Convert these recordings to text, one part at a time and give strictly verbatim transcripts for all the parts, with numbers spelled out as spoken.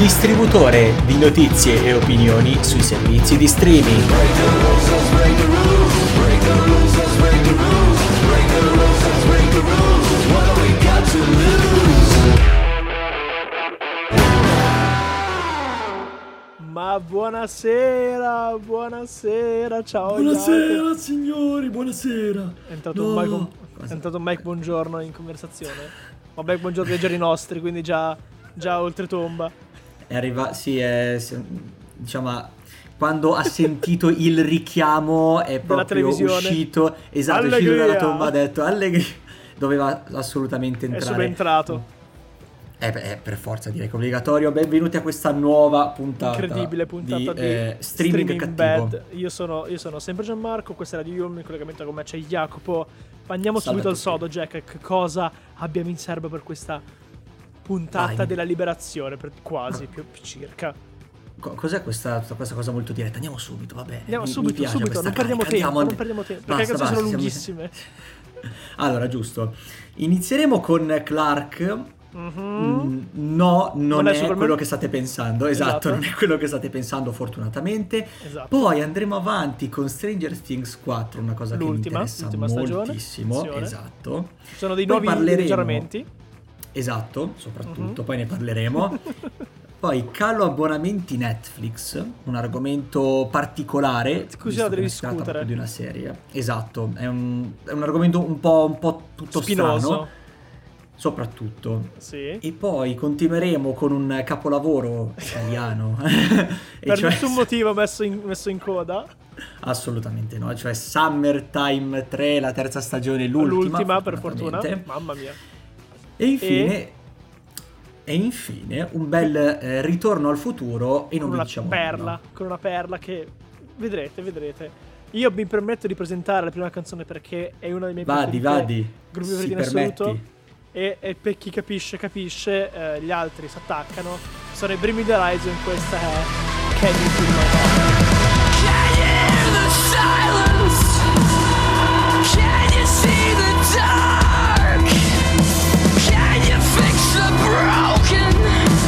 distributore di notizie e opinioni sui servizi di streaming. Ma buonasera, buonasera, ciao. Buonasera Jacopo. signori, buonasera. È entrato, No. un Mike, è entrato un Mike Buongiorno in conversazione. Ma Mike Buongiorno dei giorni nostri, quindi già, già oltre tomba. È arrivato, sì, è, diciamo, quando ha sentito il richiamo è proprio uscito, esatto, è uscito dalla tomba, ha detto allegria, doveva assolutamente entrare. È subentrato. Eh beh, per forza direi che è obbligatorio. Benvenuti a questa nuova puntata. Incredibile puntata di, di eh, streaming, streaming cattivo. Bad. Io sono, io sono sempre Gianmarco, questa è Radio Yulm, in collegamento con me c'è Jacopo. Andiamo Salve subito a al tutti. sodo, Jack. Che cosa abbiamo in serbo per questa puntata Vai. della liberazione? Per quasi, più, più circa. Co- Cos'è questa, tutta questa cosa molto diretta? Andiamo subito, va bene. Andiamo Mi- mi subito, piace subito, questa non perdiamo carica. tempo, Andiamo- non perdiamo tempo, perché Basta, le canzoni sono basta, siamo- lunghissime. Allora, giusto. Inizieremo con Clark. Mhm. Mm, no, non, Non è è, Superman? quello che state pensando. Esatto, Esatto. non è quello che state pensando, fortunatamente. Esatto. Poi andremo avanti con Stranger Things quattro, una cosa L'ultima, che mi interessa l'ultima stagione. moltissimo. Attenzione. Esatto. Ci sono dei Poi nuovi parleremo- miglioramenti. Esatto, soprattutto, Mhm. poi ne parleremo. Poi calo abbonamenti Netflix, un argomento particolare. Scusa, visto che devi ne si tratta discutere. proprio di una serie. Esatto, è un, è un argomento un po', un po' tutto Spinoso. strano. Soprattutto. Sì. E poi continueremo con un capolavoro italiano. E Per cioè- nessun motivo messo in, messo in coda. Assolutamente no, cioè Summertime tre, la terza stagione, l'ultima. L'ultima, per fortuna. fortunatamente. Mamma mia. E infine, e, infine un bel eh, ritorno al futuro e non Con vi una diciamo perla. nulla. Con una perla che vedrete, vedrete. Io mi permetto di presentare la prima canzone perché è una dei miei Vadi, preferiti vadi, gruppi si preferiti in assoluto. permetti. E, e per chi capisce, capisce, eh, gli altri si attaccano. Sono i Bring Me the Horizon, questa è Can You Feel My Heart? Can you hear the silence? Can you see the dark? Can you fix the broken?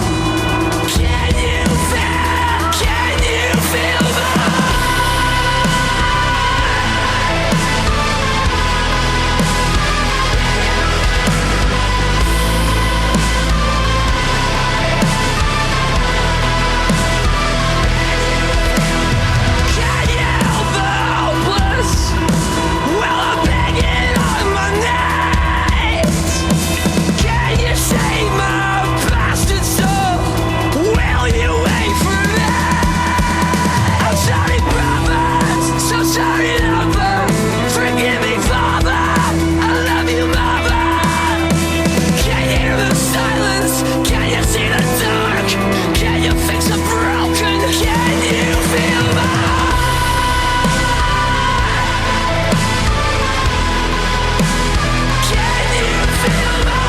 Can you feel, can you feel the Can you help the hopeless? Well, I'm begging on my knees. Can you save my bastard soul? Will you wait for me? I'm sorry, brother. So sorry, lover. Forgive me, father. I love you, mother. Can you hear the silence? Can you see the dark? Can you fix the broken? Can you feel my Can you feel my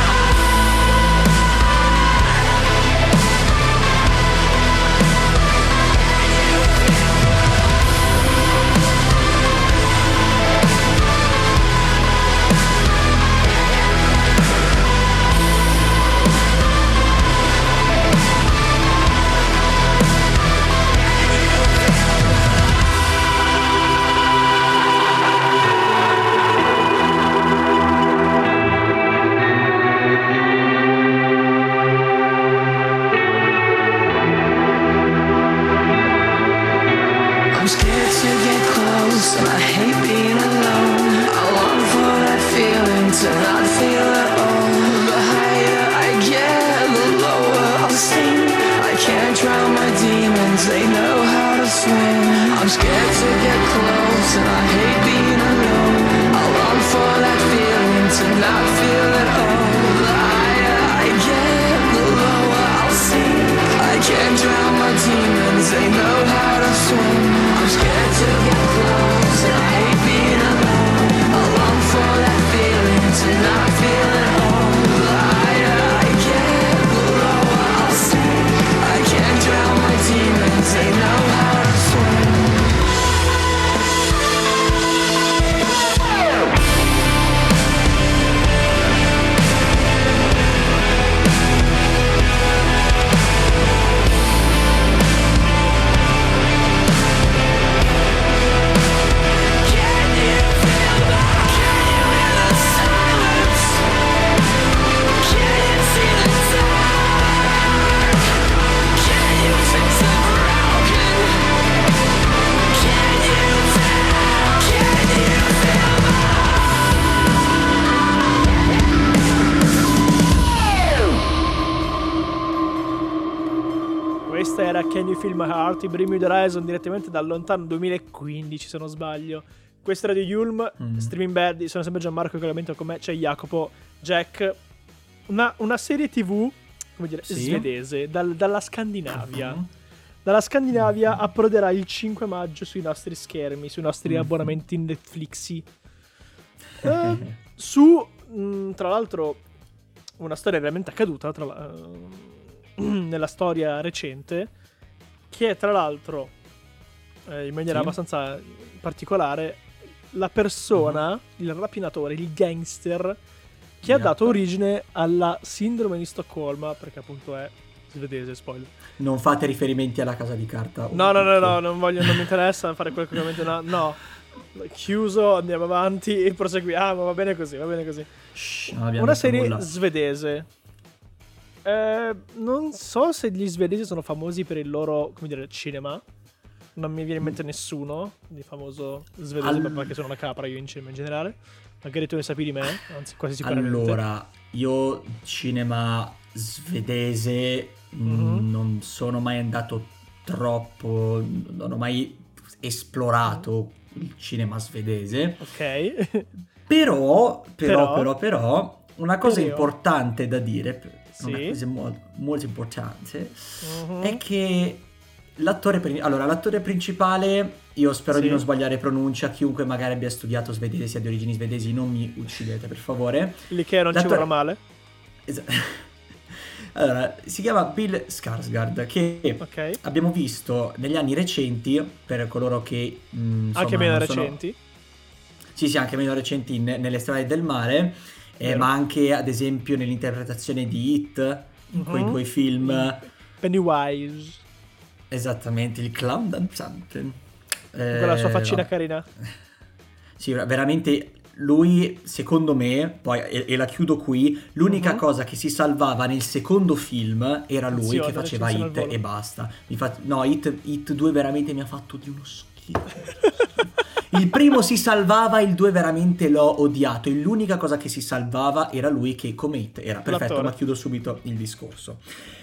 I'm scared to get close and I hate being alone. I long for that feeling to not feel at all. The higher I get, the lower I'll sink. I can't drown my demons, they know how to swim. I'm scared to get close and I hate being alone. I long for that feeling to not feel at all. The higher I get, the lower I'll sink. I can't drown my demons, they know how to swim. I'm scared to get close and I hate being alone. I long for that feeling to not feel at all. The higher I get, the lower I'll sink. I can't drown my demons, they know how to swim. Film My Heart, i Bring Me the Horizon direttamente dal lontano duemilaquindici se non sbaglio. Questa è Radio Yulm, mm. Streaming Bad, sono sempre Gianmarco che commenta con me, c'è Jacopo, Jack. Una, una serie tv, come dire, sì. svedese, dal, dalla Scandinavia. Uh-huh. Dalla Scandinavia uh-huh. approderà il cinque maggio sui nostri schermi, sui nostri uh-huh. abbonamenti in Netflixi. Uh, su, mh, tra l'altro, una storia veramente accaduta tra la, uh, nella storia recente, che è tra l'altro, eh, in maniera sì. abbastanza particolare, la persona, uh-huh. il rapinatore, il gangster, che yep. ha dato origine alla sindrome di Stoccolma, perché appunto è svedese, spoiler. Non fate riferimenti alla Casa di Carta. No, no, no, no, non voglio, non mi interessa fare quello che ovviamente no, no. Chiuso, andiamo avanti e proseguiamo, va bene così, va bene così. Shh, una serie nulla. svedese. Eh, non so se gli svedesi sono famosi per il loro, come dire, cinema. Non mi viene in mente nessuno di famoso svedese, All... perché sono una capra io in cinema in generale. Magari tu ne sapi di me, anzi quasi sicuramente. Allora, io cinema svedese mm-hmm. non sono mai andato troppo, non ho mai esplorato il cinema svedese. Ok. Però, però, però, però, una cosa però. importante da dire, sì. una cosa molto, molto importante, uh-huh. è che l'attore, allora, l'attore principale, io spero sì. di non sbagliare pronuncia, chiunque magari abbia studiato svedese, sia di origini svedesi, non mi uccidete per favore. Lì che non l'attore... ci vorrà male. Esatto. Allora, si chiama Bill Skarsgård, che okay. abbiamo visto negli anni recenti, per coloro che mh, insomma, anche meno sono... recenti. Sì, sì, anche meno recenti in, nelle strade del mare, eh, ma anche ad esempio nell'interpretazione di It, in uh-huh. quei due film. Pennywise. Esattamente, il clown danzante. Eh, con la sua faccina vabbè. carina. Sì, veramente lui, secondo me, poi e, e la chiudo qui, l'unica uh-huh. cosa che si salvava nel secondo film era lui Azione, che faceva It e basta. Mi fa... No, It, It due veramente mi ha fatto di uno schifo. Il primo si salvava, il due veramente l'ho odiato. E l'unica cosa che si salvava era lui che come It era perfetto, L'attore. Ma chiudo subito il discorso.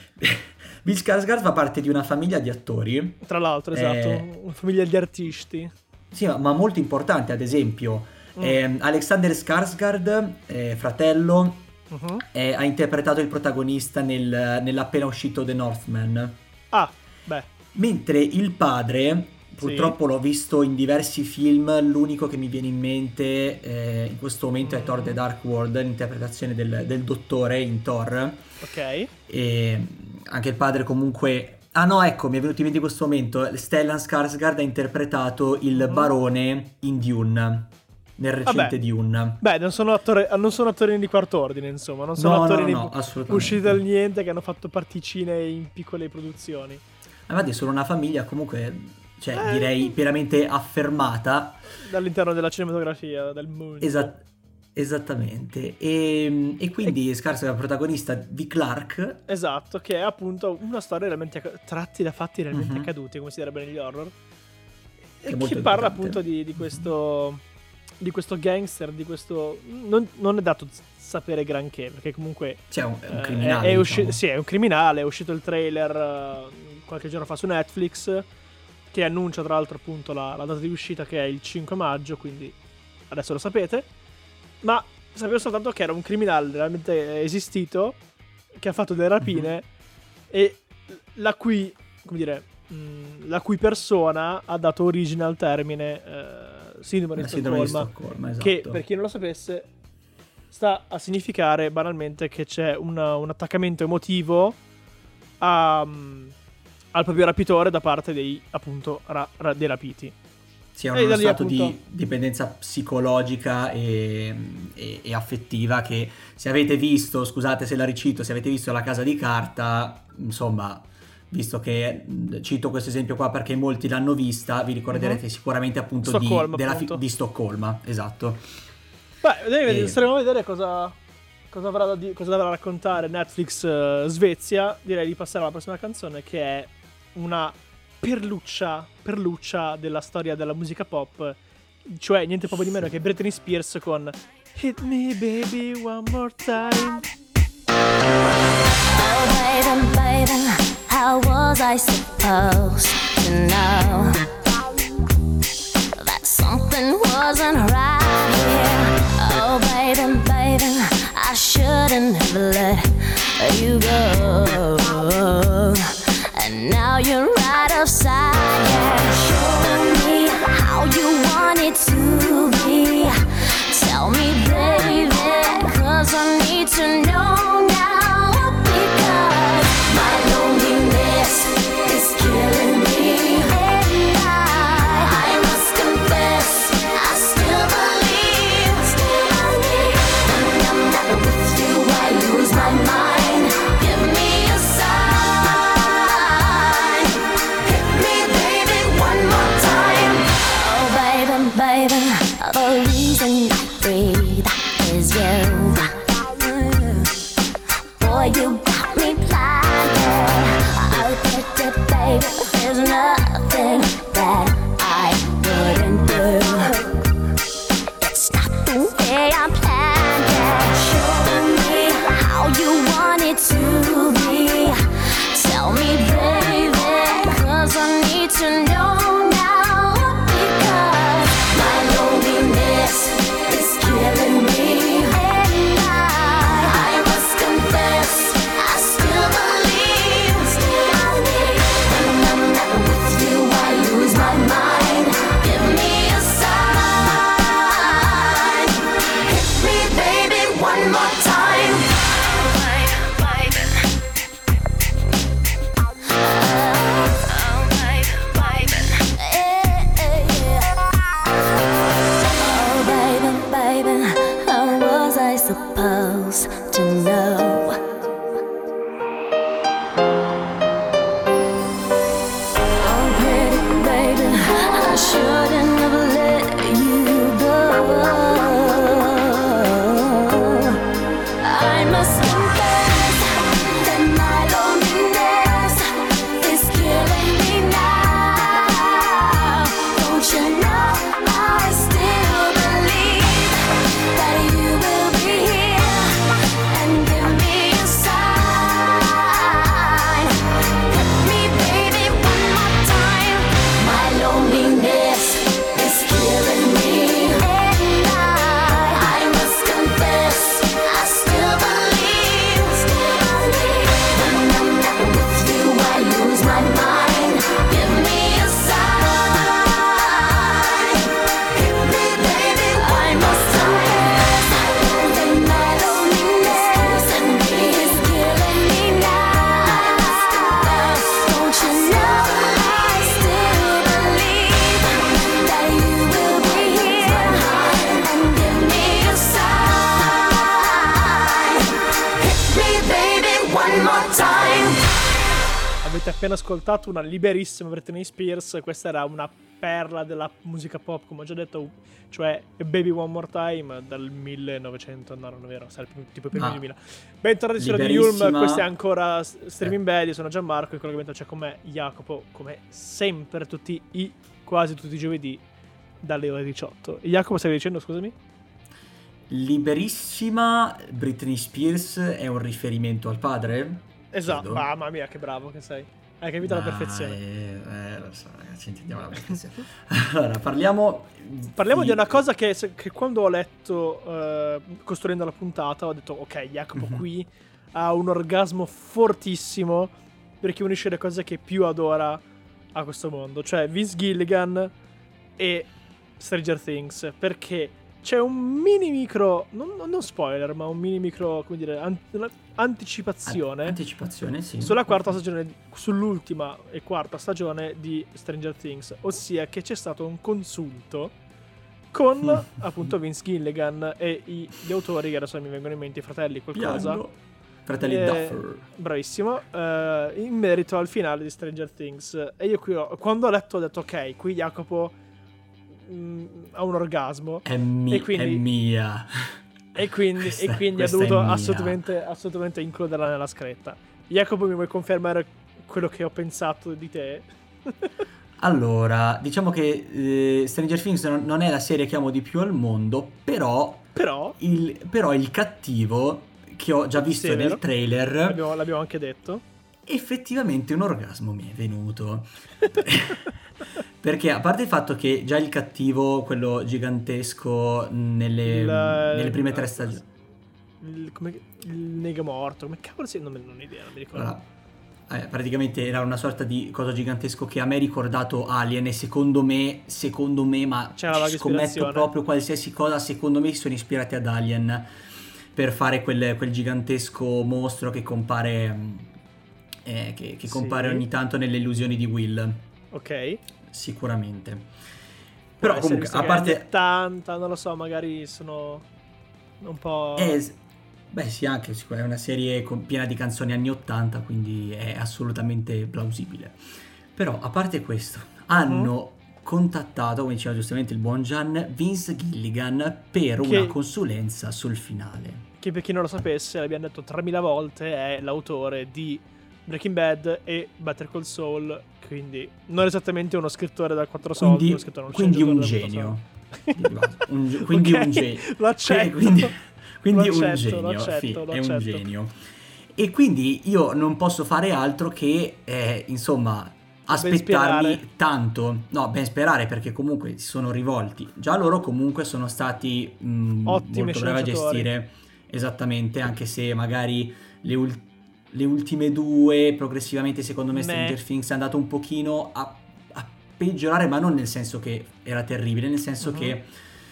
Bill Skarsgård fa parte di una famiglia di attori. Tra l'altro, esatto, eh, una famiglia di artisti. Sì, ma, ma molto importante, ad esempio mm. eh, Alexander Skarsgård, eh, fratello, uh-huh. eh, ha interpretato il protagonista nel, nell'appena uscito The Northman. Ah, beh. Mentre il padre, purtroppo sì. l'ho visto in diversi film, l'unico che mi viene in mente eh, in questo momento mm. è Thor The Dark World, l'interpretazione del, del dottore in Thor. Ok. E anche il padre comunque... Ah no, ecco, mi è venuto in mente in questo momento. Stellan Skarsgård ha interpretato il barone in Dune, nel recente Vabbè. Dune. Beh, non sono, attore, non sono attori di quarto ordine, insomma. Non sono no, attori no, no, no, usciti dal niente che hanno fatto particine in piccole produzioni. Ma vedi, sono una famiglia comunque, cioè, eh. direi pienamente affermata. Dall'interno della cinematografia, del mondo. Esatto. Esattamente, e, e quindi e... Skarsgård è il protagonista di Clark. Esatto, che è appunto una storia realmente tratti da fatti realmente uh-huh. accaduti, come si direbbe negli horror. Che e che parla appunto di, di questo di questo gangster, di questo non, non è dato sapere granché, perché comunque cioè un, è un criminale, eh, è usci- diciamo. Sì, è un criminale, è uscito il trailer uh, qualche giorno fa su Netflix, che annuncia tra l'altro appunto la, la data di uscita, che è il cinque maggio, quindi adesso lo sapete. Ma sapevo soltanto che era un criminale realmente esistito, che ha fatto delle rapine mm-hmm. e la cui, come dire, mh, la cui persona ha dato origine al termine eh, sindrome di Stoccolma, Stoccolma esatto. che per chi non lo sapesse sta a significare banalmente che c'è una, un attaccamento emotivo a, um, al proprio rapitore da parte dei appunto ra, ra, dei rapiti. Sì, è uno stato appunto... di dipendenza psicologica e, e, e affettiva che, se avete visto, scusate se la ricito, se avete visto La Casa di Carta, insomma, visto che cito questo esempio qua perché molti l'hanno vista, vi ricorderete uh-huh. sicuramente appunto Stoccolma, di, della appunto. Fi- di Stoccolma, esatto. Beh, e... staremo a vedere cosa, cosa, avrà da di- cosa dovrà raccontare Netflix uh, Svezia. Direi di passare alla prossima canzone, che è una... perluccia, perluccia della storia della musica pop, cioè niente poco di meno che Britney Spears con Hit Me Baby One More Time. Oh baby, baby, I How was I supposed to know that something wasn't right here? Oh baby, baby, I shouldn't have let you go. And now you're right outside, yeah. Show me how you want it to be. Tell me, baby, 'cause I need to know now. Because my loneliness is killing me. And I, I must confess, I still believe, still believe. When I'm not with you, I lose my mind. Give me a sign. Hit me, baby, one more time. Oh, baby, baby, the reason I breathe is you. Boy, you got me blinded. Oh, baby, baby, there's nothing that I wouldn't do. It's not the way I planned it. Show me how you want it to be. Tell me, baby, 'cause I need to know now. Because my loneliness is killing me. And I, I must confess, I still believe, still believe. When I'm not with you, I lose my mind. Give me a sign. Hit me, baby, one more time. Oh, baby, oh, baby, oh, baby, baby, how was I supposed to know? Oh, pretty baby, I shouldn't have let you go. I must confess that my loneliness is killing me now. Don't you know I still believe that you will be here and give me a sign. Hit me, baby, one more time. My loneliness is killing me. And I, I must confess, I still believe, still believe. When I'm not with you, I lose my mind. Give me a sign. Hit me, baby, one more time. And my loneliness and me is killing me now. Don't you know I still believe that you will be here and give me a sign. Hit me, baby, one more time. Avete appena ascoltato una liberissima Britney Spears. Questa era una perla della musica pop, come ho già detto, cioè Baby One More Time dal millenovecento, no, non è vero, sarà tipo i primi Ah. duemila. Bentornati su Radio Liberissima. Yulm, questo è ancora Streaming Bad, io sono Gianmarco, in collegamento c'è con me Jacopo, come sempre tutti i, quasi tutti i giovedì dalle ore diciotto. Jacopo, stavi dicendo, scusami? Liberissima Britney Spears è un riferimento al padre? Esatto, Credo. mamma mia che bravo che sei, hai capito alla Ah, perfezione. eh, eh, lo so, ragazzi, intendiamo la perfezione. Allora, parliamo Parliamo di una cosa che, che quando ho letto eh, costruendo la puntata ho detto ok, Jacopo Mhm. qui ha un orgasmo fortissimo perché unisce le cose che più adora a questo mondo, cioè Vince Gilligan e Stranger Things, perché c'è un mini micro, non, non spoiler, ma un mini micro, come dire, an- una anticipazione An- anticipazione, sì. sulla quarta stagione, sull'ultima e quarta stagione di Stranger Things, ossia che c'è stato un consulto con appunto Vince Gilligan e i, gli autori, che adesso mi vengono in mente i fratelli qualcosa. Piango. Fratelli Eh, Duffer. Bravissimo, eh, in merito al finale di Stranger Things. E io qui ho, quando ho letto ho detto ok, qui Jacopo mh, ha un orgasmo. È, mi- e quindi- è mia. E quindi, Questa- e quindi ha questa è dovuto mia. assolutamente, assolutamente includerla nella scaletta. Jacopo, mi vuoi confermare quello che ho pensato di te? Allora, diciamo che eh, Stranger Things non, non è la serie che amo di più al mondo, però Però, il, però il cattivo, che ho già visto Sì, è nel vero. trailer, l'abbiamo, l'abbiamo anche detto. effettivamente un orgasmo mi è venuto. Perché a parte il fatto che già il cattivo, quello gigantesco nelle, Il- nelle prime tre il- stagioni, Il, come, il Negamorto, come cavolo si... Non, me- non ho idea, non mi ricordo. allora, eh, praticamente era una sorta di coso gigantesco che a me ha ricordato Alien, e secondo me, secondo me, ma C'è una vaga ci scommetto ispirazione. proprio qualsiasi cosa, secondo me si sono ispirati ad Alien per fare quel, quel gigantesco mostro che compare, mm, eh, che, che Sì. compare ogni tanto nelle illusioni di Will, Ok. sicuramente. Può Però essere, comunque, visto a che parte... anni ottanta, non lo so, magari sono un po'... Eh, s- beh sì, anche sicur- è una serie con- piena di canzoni anni ottanta, quindi è assolutamente plausibile. Però, a parte questo, hanno contattato, come diceva giustamente il buon Gian, Vince Gilligan per Che- una consulenza sul finale. che per chi non lo sapesse, l'abbiamo detto tremila volte, è l'autore di Breaking Bad e Better Call Saul, quindi non esattamente uno scrittore da quattro soldi, Quindi, uno scrittore, quindi un sceneggiatore da genio. quattro Di base. Un ge- quindi Ok, un genio. lo accetto. Quindi, quindi Lo un accetto, genio, lo accetto, sì, lo è un accetto. genio. E quindi io non posso fare altro che, eh, insomma, aspettarmi sperare. tanto. No, ben sperare, perché comunque si sono rivolti. Già loro comunque sono stati mh, Ottimi molto bravi a sceneggiatori. gestire, esattamente, anche se magari le, ul- le ultime due, progressivamente, secondo me, Meh. Stranger Things è andato un pochino a, a peggiorare, ma non nel senso che era terribile, nel senso Mhm. che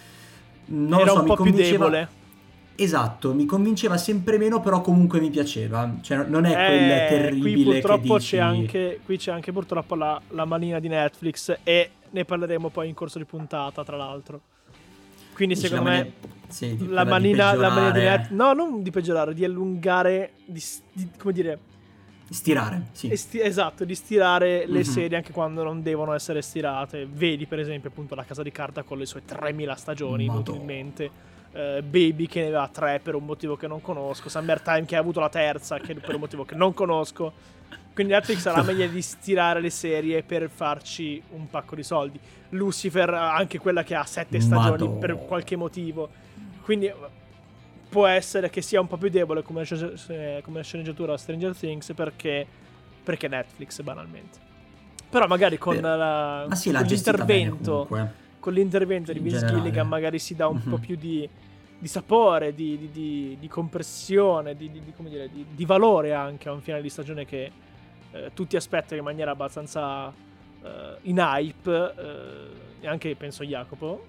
non Era lo so, un mi po' più convinceva- debole. Esatto, mi convinceva sempre meno, però comunque mi piaceva. Cioè, non è quel Eh, terribile qui purtroppo che dici... c'è anche qui c'è anche purtroppo la, la manina di Netflix, e ne parleremo poi in corso di puntata, tra l'altro. Quindi Dici secondo la me mania- sì, di- la quella di manina, la manina di peggiorare, Netflix, no, non di peggiorare, di allungare, di, s- di- come dire, Stirare, sì. esti- esatto, di stirare le Mhm. serie anche quando non devono essere stirate. Vedi per esempio appunto La Casa di Carta con le sue tremila stagioni, Madò. inutilmente. Eh, Baby che ne aveva tre per un motivo che non conosco. Summertime che ha avuto la terza che per un motivo che non conosco. Quindi Netflix ha la meglio di stirare le serie per farci un pacco di soldi. Lucifer, anche quella che ha sette stagioni Madò. per qualche motivo. Quindi può essere che sia un po' più debole come, sc- come sceneggiatura Stranger Things perché, perché Netflix, banalmente. Però magari con, Beh, la, Ma sì, l'ha con gestita bene l'intervento comunque. con l'intervento di In Vince generale. Gilligan magari si dà un Mhm. po' più di, di sapore, di, di, di, di compressione, di, di, di- come dire, di, di valore anche a un finale di stagione che eh, tutti aspettano in maniera abbastanza eh, in hype, eh, e anche penso Jacopo.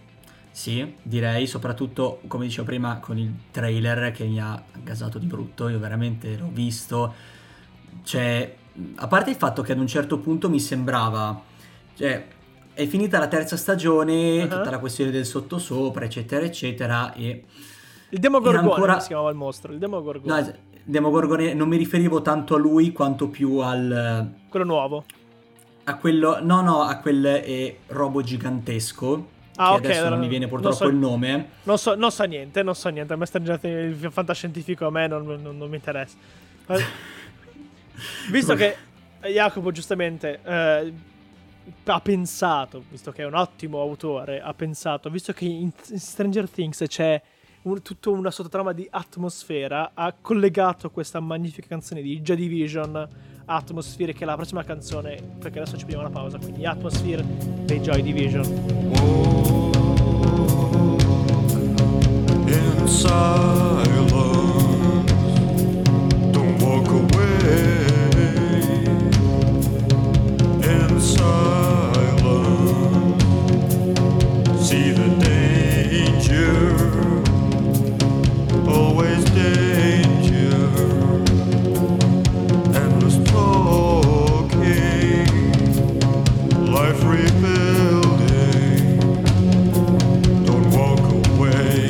Sì, direi, soprattutto, come dicevo prima, con il trailer che mi ha gasato di brutto. Io veramente l'ho visto. Cioè, a parte il fatto che ad un certo punto mi sembrava... Cioè, è finita la terza stagione, Uh-huh. tutta la questione del sottosopra, eccetera, eccetera, e... Il Demogorgone ancora- si chiamava il mostro, il Demogorgone, No, es- Demogorgone, non mi riferivo tanto a lui quanto più al... quello nuovo. a quello... No, no, a quel eh, robo gigantesco. Ah, che ok, adesso allora non mi viene non purtroppo so- il nome. Non so, non so niente, non so niente. A me Stranger Things, il fantascientifico a me non, non- non mi interessa. Ma- Visto che Jacopo giustamente eh, ha pensato, visto che è un ottimo autore, ha pensato, visto che in in Stranger Things c'è un- tutta una sottotrama di atmosfera, ha collegato questa magnifica canzone di Joy Division, Atmosphere, che è la prossima canzone, perché adesso ci prendiamo una pausa, quindi Atmosphere dei Joy Division. In silence, don't walk away. In silence, see the danger, always danger, endless talking, life rebuilding, don't walk away.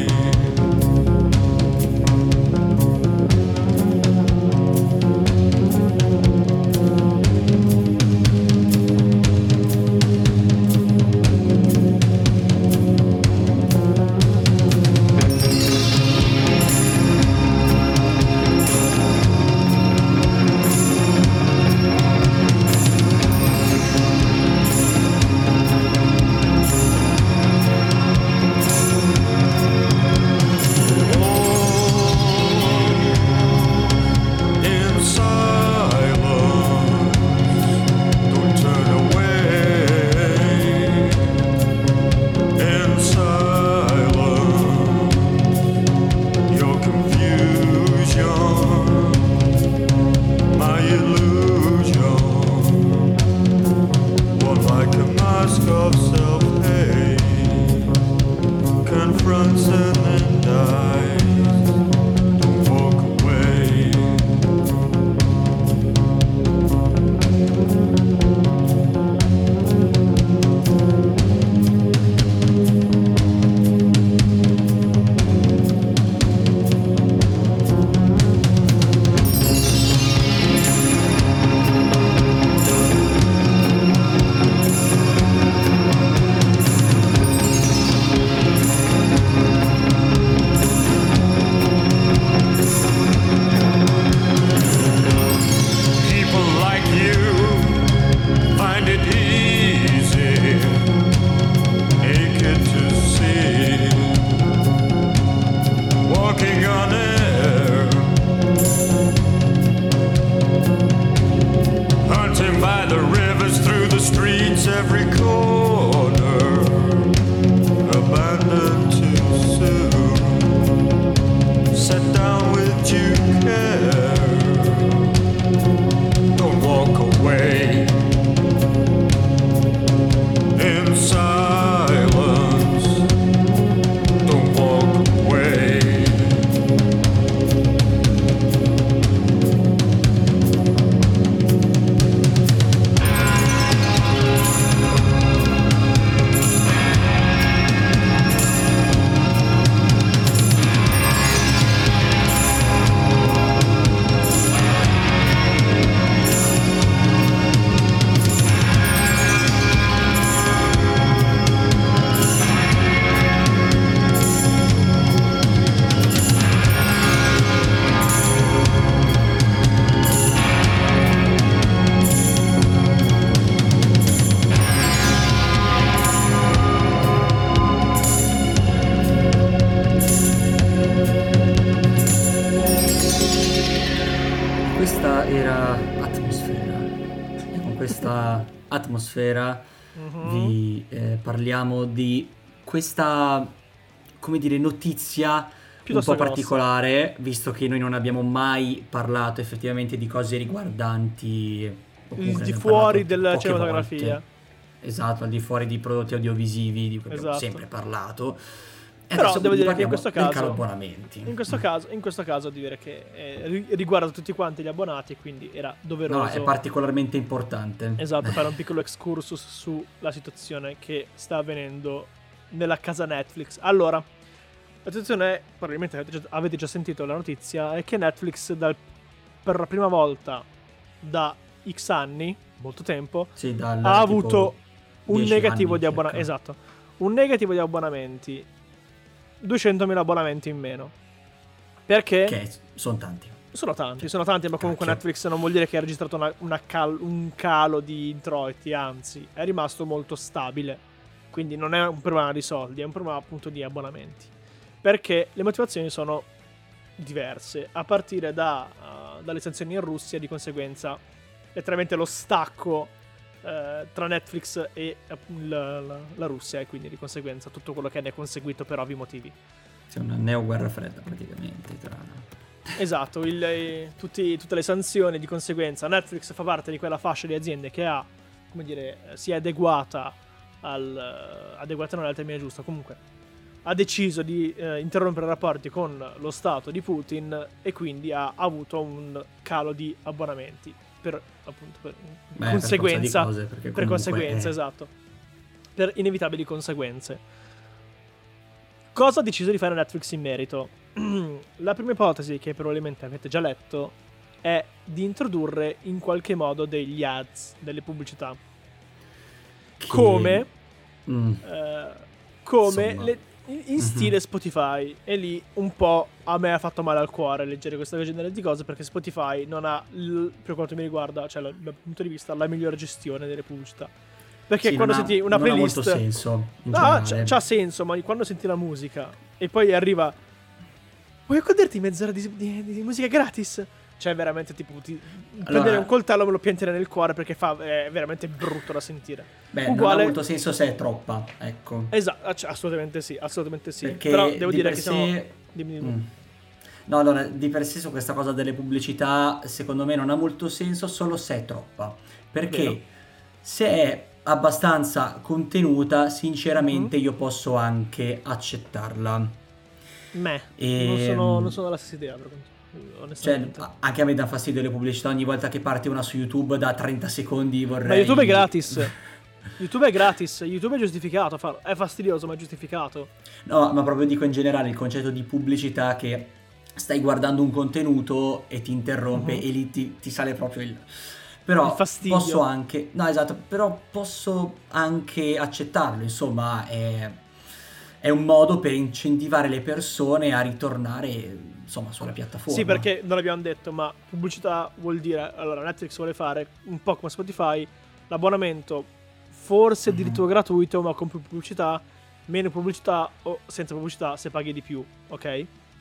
streets, every corner, abandoned too soon. Sit down with due care. Don't walk away in silence. Don't walk away. Questa era Atmosfera. E con questa atmosfera Mhm. vi eh, parliamo di questa, come dire, notizia Piuttosto un po' grossa. particolare, visto che noi non abbiamo mai parlato effettivamente di cose riguardanti o comunque Il ne di abbiamo fuori parlato della poche cinematografia. volte. Esatto, al di fuori di prodotti audiovisivi di cui abbiamo Esatto. sempre parlato. E Però adesso devo vi dire che in parliamo questo del caso- calo abbonamenti. In questo caso, in questo caso dire che eh, ri- riguarda tutti quanti gli abbonati, quindi era doveroso. No, è particolarmente importante. Esatto, fare un piccolo excursus sulla situazione che sta avvenendo nella casa Netflix. Allora, la situazione è, probabilmente avete già, avete già sentito la notizia, è che Netflix dal- per la prima volta da X anni, molto tempo, Sì, dal, ha tipo, avuto un dieci negativo anni di abbonamenti. circa. Esatto, un negativo di abbonamenti, duecentomila abbonamenti in meno. Perché? Che sono tanti. Sono tanti, sono tanti, ma comunque Cacchio. Netflix non vuol dire che ha registrato una- una cal- un calo di introiti, anzi, è rimasto molto stabile. Quindi non è un problema di soldi, è un problema appunto di abbonamenti. Perché le motivazioni sono diverse, a partire da, uh, dalle sanzioni in Russia, di conseguenza, letteralmente lo stacco eh, tra Netflix e eh, la, la- la Russia, e quindi di conseguenza tutto quello che ne è conseguito per ovvi motivi. C'è una neo guerra fredda praticamente tra... Esatto, il- eh, tutti- tutte le sanzioni, di conseguenza Netflix fa parte di quella fascia di aziende che ha, come dire, eh, si è adeguata al... eh, adeguata non è il termine giusto, comunque ha deciso di eh, interrompere i rapporti con lo Stato di Putin, e quindi ha avuto un calo di abbonamenti per appunto per Beh, conseguenza per forza di cose, perché per comunque conseguenze, è- esatto, per inevitabili conseguenze. Cosa ha deciso di fare Netflix in merito? La prima ipotesi, che probabilmente avete già letto, è di introdurre in qualche modo degli ads, delle pubblicità. che- Come, Mm, eh, come Insomma. le- in in stile Spotify. E lì un po' a me ha fatto male al cuore leggere questa genere di cose, perché Spotify non ha, l- per quanto mi riguarda, cioè dal mio punto di vista, la migliore gestione delle pubblicità. Perché sì, quando non ha- senti una non playlist... ha molto senso in Ah, generale. c'ha, c'ha senso, ma quando senti la musica e poi arriva... Vuoi goderti mezz'ora di, di- di musica gratis? Cioè, veramente, tipo, ti, prendere un coltello e me lo piantare nel cuore, perché fa, è veramente brutto da sentire. Beh, non Uguale- ha molto senso se è troppa, ecco. Esatto, cioè, assolutamente sì, assolutamente sì. Perché Però devo di dire per che sé- siamo... Dimmi, dimmi. Mm. No, allora, di per sé su questa cosa delle pubblicità, secondo me non ha molto senso solo se è troppa. Perché Vero. se è abbastanza contenuta, sinceramente Mhm. io posso anche accettarla. Me, E- non, sono, non sono della stessa idea, per quanto- Cioè, onestamente. a- anche a me dà fastidio le pubblicità. Ogni volta che parte una su YouTube da trenta secondi vorrei... Ma YouTube è gratis. YouTube è gratis, YouTube è giustificato, fa- è fastidioso ma è giustificato. No, ma proprio dico in generale il concetto di pubblicità, che stai guardando un contenuto e ti interrompe Mhm. e lì ti, ti sale proprio il... Però Il fastidio. posso anche... No, esatto, però posso anche accettarlo, insomma, è, è un modo per incentivare le persone a ritornare, insomma, sulla piattaforma. Sì, perché non l'abbiamo detto, ma pubblicità vuol dire... Allora, Netflix vuole fare un po' come Spotify, l'abbonamento forse Mhm. addirittura gratuito, ma con più pubblicità, meno pubblicità o senza pubblicità se paghi di più, ok?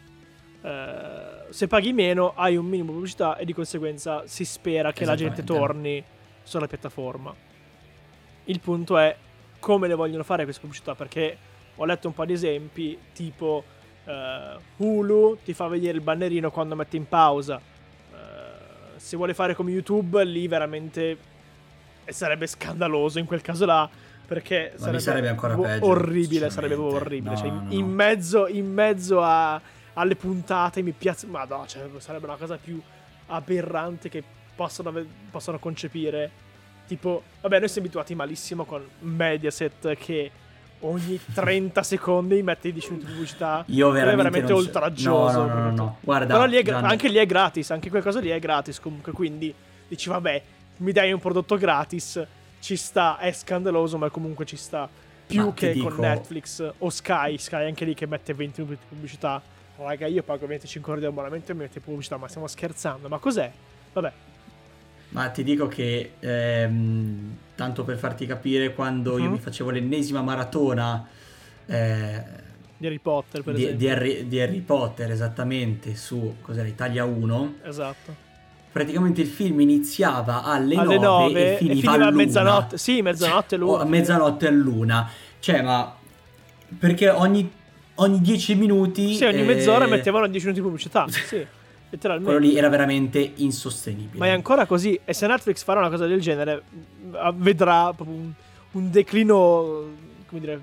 Eh, se paghi meno hai un minimo di pubblicità e di conseguenza si spera che la gente Esattamente. torni sulla piattaforma. Il punto è come le vogliono fare queste pubblicità, perché ho letto un po' di esempi, tipo uh, Hulu ti fa vedere il bannerino quando metti in pausa. Uh, se vuole fare come YouTube, lì veramente sarebbe scandaloso in quel caso là, perché Ma sarebbe, sarebbe ancora peggio, orribile, sarebbe orribile. No, cioè, no, no. In mezzo, in mezzo a, alle puntate mi piace, ma no, cioè, sarebbe la cosa più aberrante che possono, possono concepire. Tipo, vabbè, noi siamo abituati malissimo con Mediaset che ogni trenta secondi mette dieci minuti di pubblicità. Io veramente è veramente non so- oltraggioso. no, no, no, no, no. Guarda, però lì è gra- Gianni. anche lì è gratis, anche quel cosa lì è gratis comunque, quindi dici vabbè, mi dai un prodotto gratis, ci sta, è scandaloso ma comunque ci sta. Più Ma ti che dico- con Netflix o Sky, Sky anche lì che mette venti minuti di pubblicità. Raga, io pago venticinque euro di abbonamento e mi mette pubblicità, ma stiamo scherzando, ma cos'è? Vabbè. Ma ti dico che, ehm, tanto per farti capire, quando io Mhm. mi facevo l'ennesima maratona eh, Di Harry Potter, per di, esempio. di Harry, di Harry Potter, esattamente, su, cos'era, Italia uno, Esatto. praticamente il film iniziava alle, Alle nove nove e finiva, a all'una. mezzanotte. Sì, mezzanotte O l'una. a mezzanotte all'una. Cioè, ma... Perché ogni, ogni dieci minuti... Sì, ogni eh, mezz'ora mettevano dieci minuti di pubblicità. Sì, letteralmente. quello lì era veramente insostenibile. Ma è ancora così. E se Netflix farà una cosa del genere, mh, vedrà proprio un, un declino, come dire,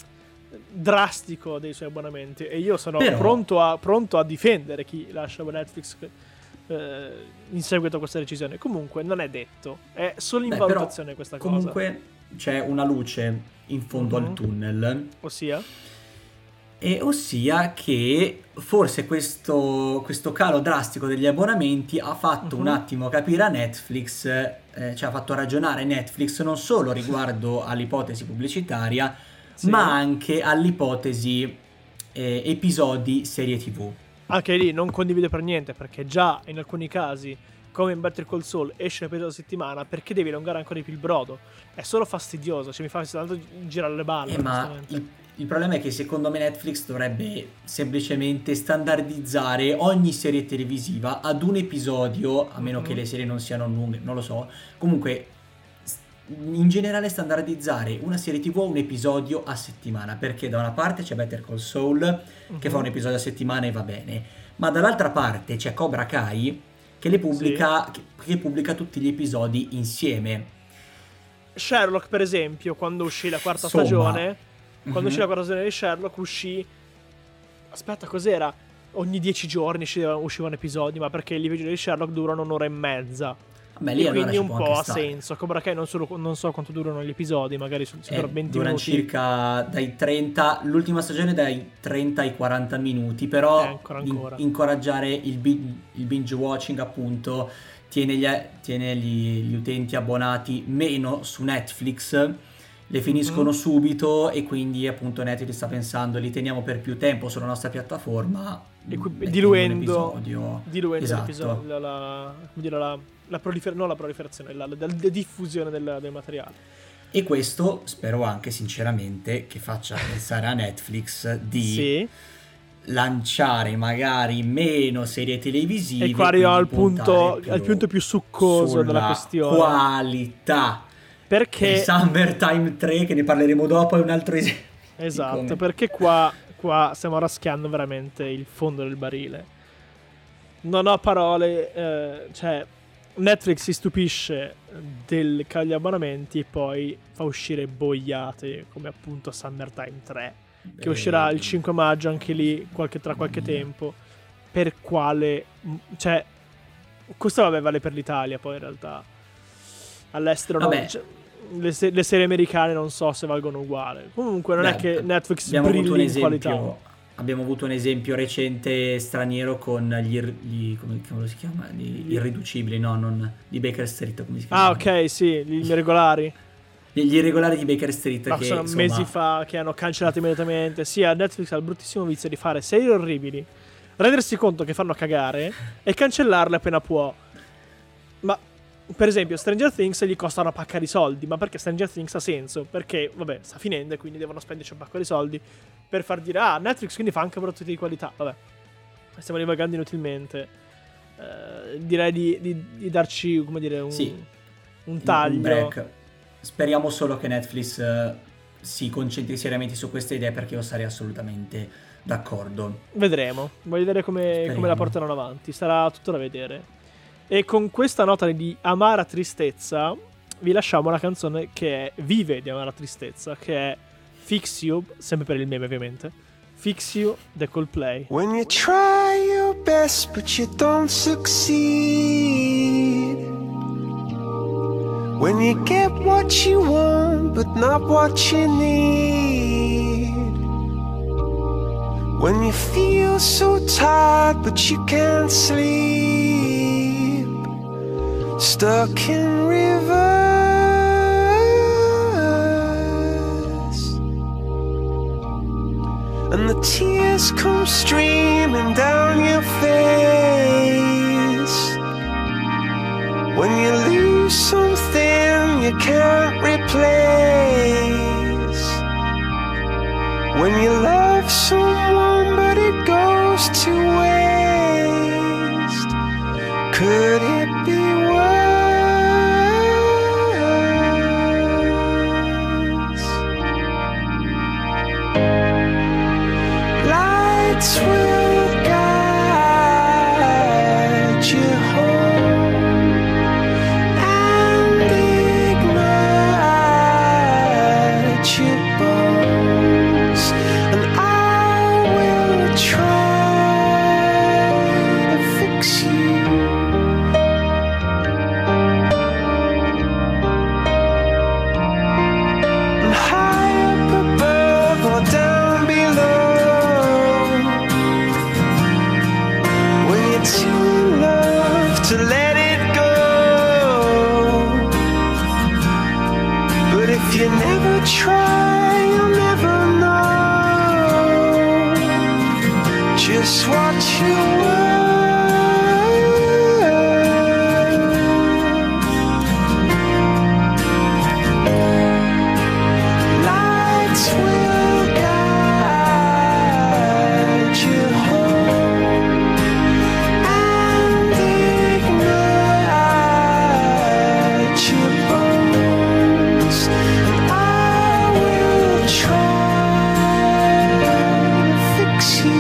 drastico dei suoi abbonamenti. E io sono Però- pronto, a, pronto a difendere chi lascia Netflix eh, in seguito a questa decisione. Comunque, non è detto. È solo in Beh, valutazione però, questa cosa. comunque c'è una luce in fondo Mhm. al tunnel. Ossia, E ossia che forse questo, questo calo drastico degli abbonamenti ha fatto Mhm. un attimo capire a Netflix, eh, cioè ha fatto ragionare Netflix non solo riguardo all'ipotesi pubblicitaria, Sì. ma anche all'ipotesi eh, episodi serie tivù. anche lì non condivido per niente, perché già in alcuni casi, come in Better Call Saul, esce un episodio a settimana, perché devi allungare ancora di più il brodo? È solo fastidioso, cioè mi fa soltanto girare le balle. Eh, ma onestamente. il, il problema è che secondo me Netflix dovrebbe semplicemente standardizzare ogni serie televisiva ad un episodio, a meno Mhm. che le serie non siano lunghe, non lo so. Comunque, s- in generale standardizzare una serie tivù a un episodio a settimana, perché da una parte c'è Better Call Saul, che Mhm. fa un episodio a settimana e va bene, ma dall'altra parte c'è Cobra Kai, che le pubblica, che, che pubblica tutti gli episodi insieme. Sherlock, per esempio, quando uscì la quarta Insomma. stagione, quando Mhm. uscì la quarta stagione di Sherlock, uscì. Aspetta, cos'era? Ogni dieci giorni usciva- uscivano episodi, ma perché gli episodi di Sherlock durano un'ora e mezza. Beh, lì e allora quindi ci un può po' anche ha stare. senso. Cobra Kai non, solo- non so quanto durano gli episodi, magari sono Eh, venti durano minuti. circa dai trenta, l'ultima stagione dai trenta ai quaranta minuti, però Eh, ancora, in- ancora. incoraggiare il, bi- il binge watching appunto tiene, gli, tiene gli, gli utenti abbonati meno su Netflix, le finiscono Mhm. subito e quindi appunto Netflix sta pensando li teniamo per più tempo sulla nostra piattaforma, E qui- mettendo un diluendo, episodio. diluendo Esatto. l'episodio, la, la, come dire, la, la prolifer- non la proliferazione, la, la- la diffusione del, del materiale. E questo spero anche sinceramente che faccia pensare a Netflix di Sì. lanciare magari meno serie televisive E qua arriviamo al quindi punto, puntare più al punto più succoso sulla della questione. qualità. Perché Il Summertime tre, che ne parleremo dopo, è un altro esempio. di esatto, come- perché qua, qua stiamo raschiando veramente il fondo del barile. Non ho parole, eh, cioè Netflix si stupisce del calo degli abbonamenti e poi fa uscire boiate come appunto Summertime tre, che Eh, uscirà il cinque maggio anche lì qualche, tra qualche mamma mia. tempo. Per quale, cioè, questo vabbè vale per l'Italia poi in realtà. All'estero no, Vabbè. cioè, le, se- le serie americane non so se valgono uguale. Comunque non Beh, è che Netflix abbiamo avuto un brilli in qualità. esempio abbiamo avuto un esempio recente straniero con gli, ir- gli- come cavolo si chiama? Gli irriducibili, no, non di Baker Street, come si chiama? Ah, ok, sì, gli irregolari. Gli, gli irregolari di Baker Street Ma che sono insomma, mesi fa che hanno cancellato immediatamente. Sì, a Netflix ha il bruttissimo vizio di fare serie orribili, rendersi conto che fanno cagare e cancellarle appena può. Ma per esempio Stranger Things gli costa una pacca di soldi. Ma perché Stranger Things ha senso? Perché vabbè, sta finendo e quindi devono spenderci un pacco di soldi per far dire ah, Netflix quindi fa anche prodotti di qualità. Vabbè, stiamo divagando inutilmente. Eh, direi di, di- di darci, come dire, un, Sì. un taglio. un break. speriamo solo che Netflix uh, si concentri seriamente su queste idee, perché io sarei assolutamente d'accordo. Vedremo, voglio vedere come, come la porteranno avanti, sarà tutto da vedere. E con questa nota di amara tristezza vi lasciamo la canzone che è, vive di amara tristezza, che è Fix You, sempre per il meme ovviamente, Fix You, The Coldplay. When you try your best but you don't succeed, when you get what you want but not what you need, when you feel so tired but you can't sleep, stuck in rivers, and the tears come streaming down your face, when you lose something you can't replace, when you love someone but it goes to waste, could it be worse? Lights will guide you home and ignite your bones, and I will try to fix you. And high up above or down below, when you're too in love to let it go, but if you never try, you'll never know just what you were. Lights will guide you home and ignite your bones, and I will try to fix you.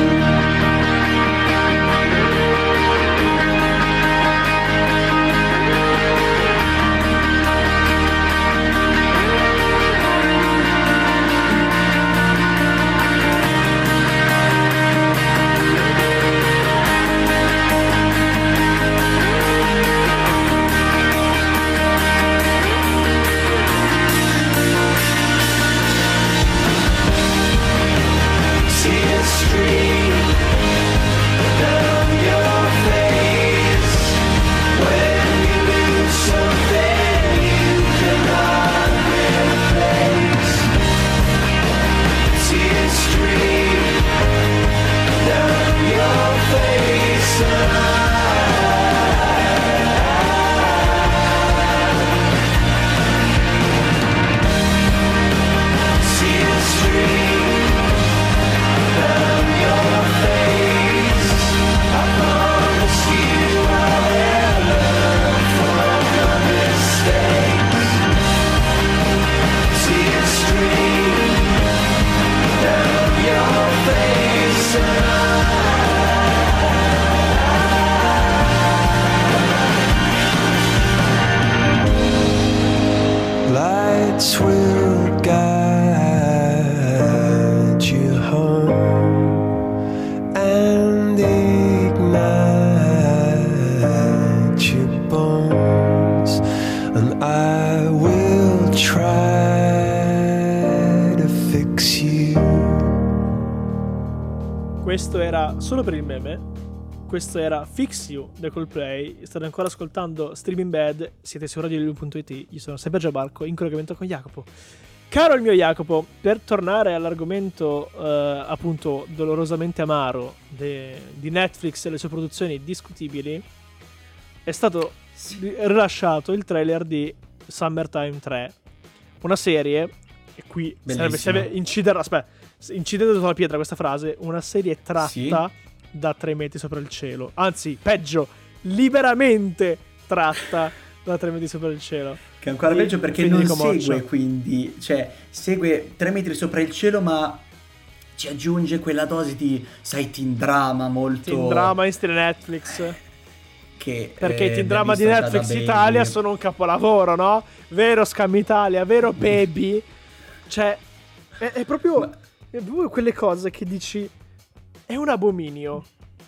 Tears stream down your face when you lose something you cannot replace. Tears stream down your face, and tears stream down your face. I promise you I'll learn from my mistakes. Tears stream down your face, and lights will guide you home and ignite your bones, and I will try to fix you. Questo era solo per il meme. Questo era Fix You, The Coldplay. State ancora ascoltando Streaming Bad. Siete su radio live punto it. Io sono sempre Giabarco, in collegamento con Jacopo. Caro il mio Jacopo, per tornare all'argomento eh, appunto dolorosamente amaro de- di Netflix e le sue produzioni discutibili, è stato sì. rilasciato il trailer di Summertime tre, una serie, e qui serve, serve incidere, aspetta, incidendo sulla pietra questa frase, una serie tratta sì. da tre metri sopra il cielo, anzi peggio, liberamente tratta da tre metri sopra il cielo. Che è ancora di peggio perché Federico non Moccia. segue, quindi, cioè, segue tre metri sopra il cielo, ma ci aggiunge quella dose di, sai, teen drama molto... Teen drama in stile Netflix. Che, Perché eh, i teen drama di abbiamo visto Netflix già da Italia Baby. sono un capolavoro, no? Vero Scam Italia, vero Baby. Cioè, è, è proprio... Ma- È proprio quelle cose che dici... È un abominio.